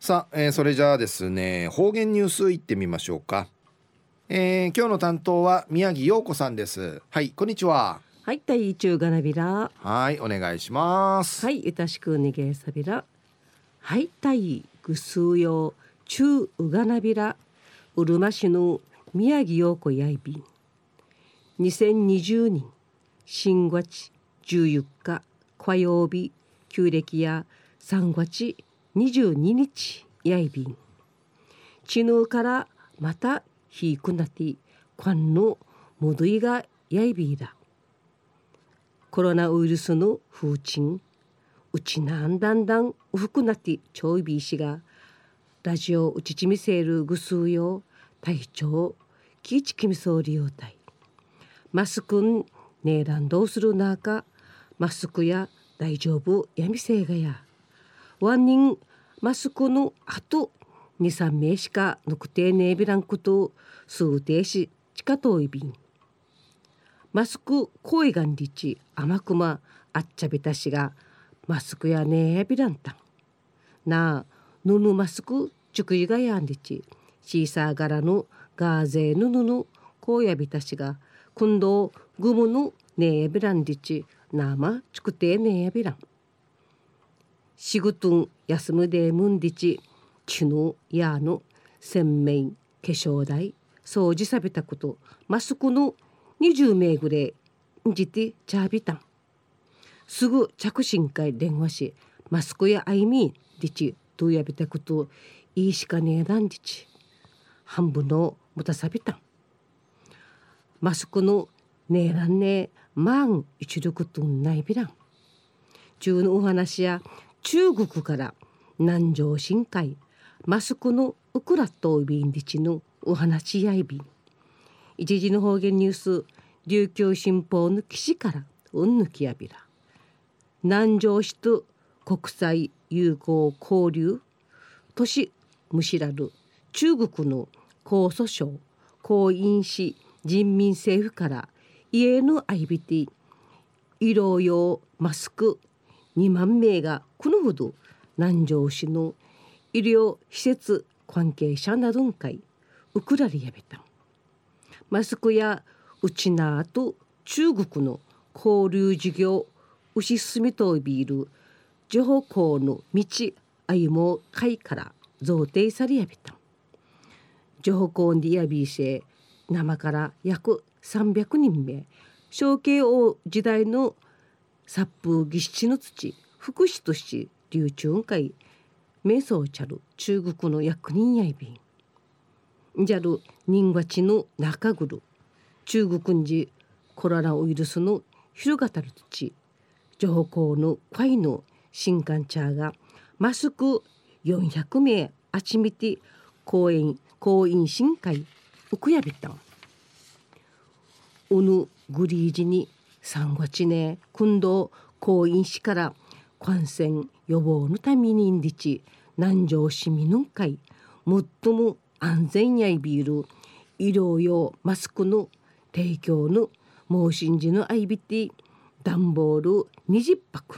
さあ、それじゃあですね、方言ニュースいってみましょうか。今日の担当は宮城陽子さんです。はい、こんにちは。 はい、第中がなびら。 はい、お願いします。 はい、ゆたしくにげさびら。はい、第ぐすうよう中うがなびら。うるま市の宮城陽子やいびん。2020年新月14日火曜日旧暦や3月22日やいびん。昨日からまたひくなってこんのむどいがやいびら。コロナウイルスの風鎮うちなんだんだんうふくなってちょいびいしがラジオうちちみせるぐすうよ体調きいちきみそうりようたいマスクんねえらんどうするなかマスクや大丈夫やみせいがやワンニンマスクのあと2、3名しかぬくてねえびらんこと数定しちかといびんマスク恋がんりち甘くまあっちゃびたしがマスクやねえびらんたんなあぬぬマスクちゅくいがやんりちシーサー柄のガーゼーぬぬのこうやびたしがくんどぐむのねえびらんりちなまちくてねえびらん仕事ん休むでむんりちちぬやの洗面化粧台掃除さびたことマスクの20名ぐらいじてちゃびたんすぐ着信会電話しマスクやあいみりちどうやびたこといいしかねえなんりち半分のもたさびたんマスクのねえらんねえまん一力とんないびらん中のお話や中国から南城深海マスクのウクラットウビンリチのお話やいびん一時の方言ニュース琉球新報の記事からうんぬきやびら南城市と国際友好交流都市むしらる中国の江蘇省広陰市人民政府から家のアイビティ医療用マスク2万名がこのほど南城市の医療施設関係者などんかいウクラリやべたマスクやうちなと中国の交流事業牛住みとビール情報の道歩も会から贈呈されやびた情報でやびせ生から約300人目小慶王時代の殺風儀七の土福祉とし流中会瞑想ちゃる中国の役人やいびんじゃる人がちの中ぐる中国人コロナウイルスの広がたる土情報の会の新幹チャーがマスク400名あちみて公員新会うくやびたんうぬグリージに3月ね訓導公員市から感染予防のためにんりち南城市民の会最も安全やいビール医療用マスクの提供の申しんじのアイビティ段ボール20泊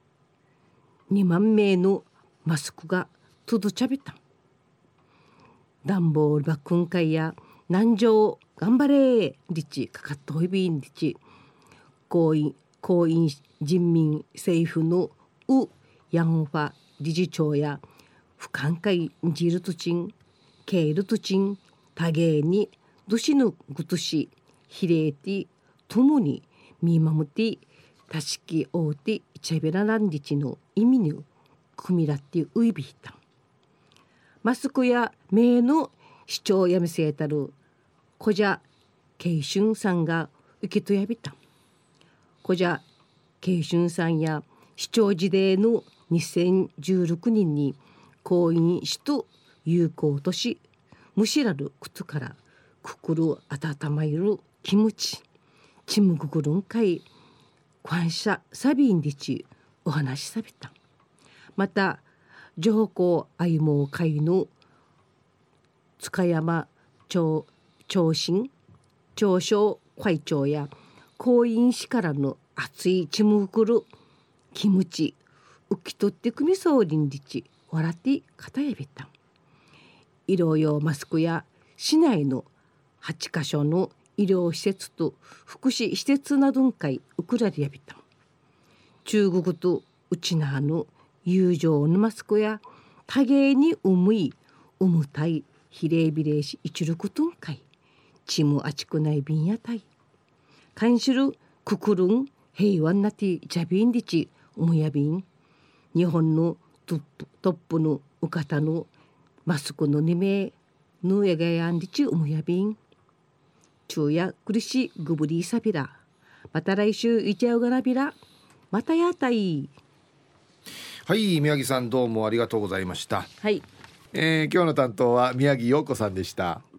2万名のマスクが届ちゃびた段ボールバックン会や南城頑張れリチかかっといびんリチ公員人民政府のウヤンファ理事長や不寛会ジルトチンケールトチン多芸にドシヌグトシヒレーティともに見守ってたしきおうてチェベラランリチの意味に組みらってウイビータンマスクや名の市長やみせたる小者慶春さんが受けとやびた小者慶春さんや市長時代の2016年に公員市と友好都市むしらることからくくる温まる気持ちちむぐぐるんかい感謝サビンリチお話しさびたまた情報愛望会の塚山長新長小会長や公員市からの熱いちむぐる気持ち受け取ってくみそうりんりち笑って片やびたん。医療用マスクや市内の8カ所の医療施設と福祉施設などんかいウクラリやびたん。中国とうちなの友情のマスクや多芸に重い重たいひれいびれいし一力とんかいちむあちくないびんやたいかんしるくくるん平和なてじゃびんりちおむやびん日本のトップのうかたのマスクの2名ぬやがやんりちおむやびん昼夜苦しいぐぶりさびらまた来週いちゃうがなびらまたやたい。 はい、宮城さんどうもありがとうございました。 はい、 今日の担当は宮城陽子さんでした。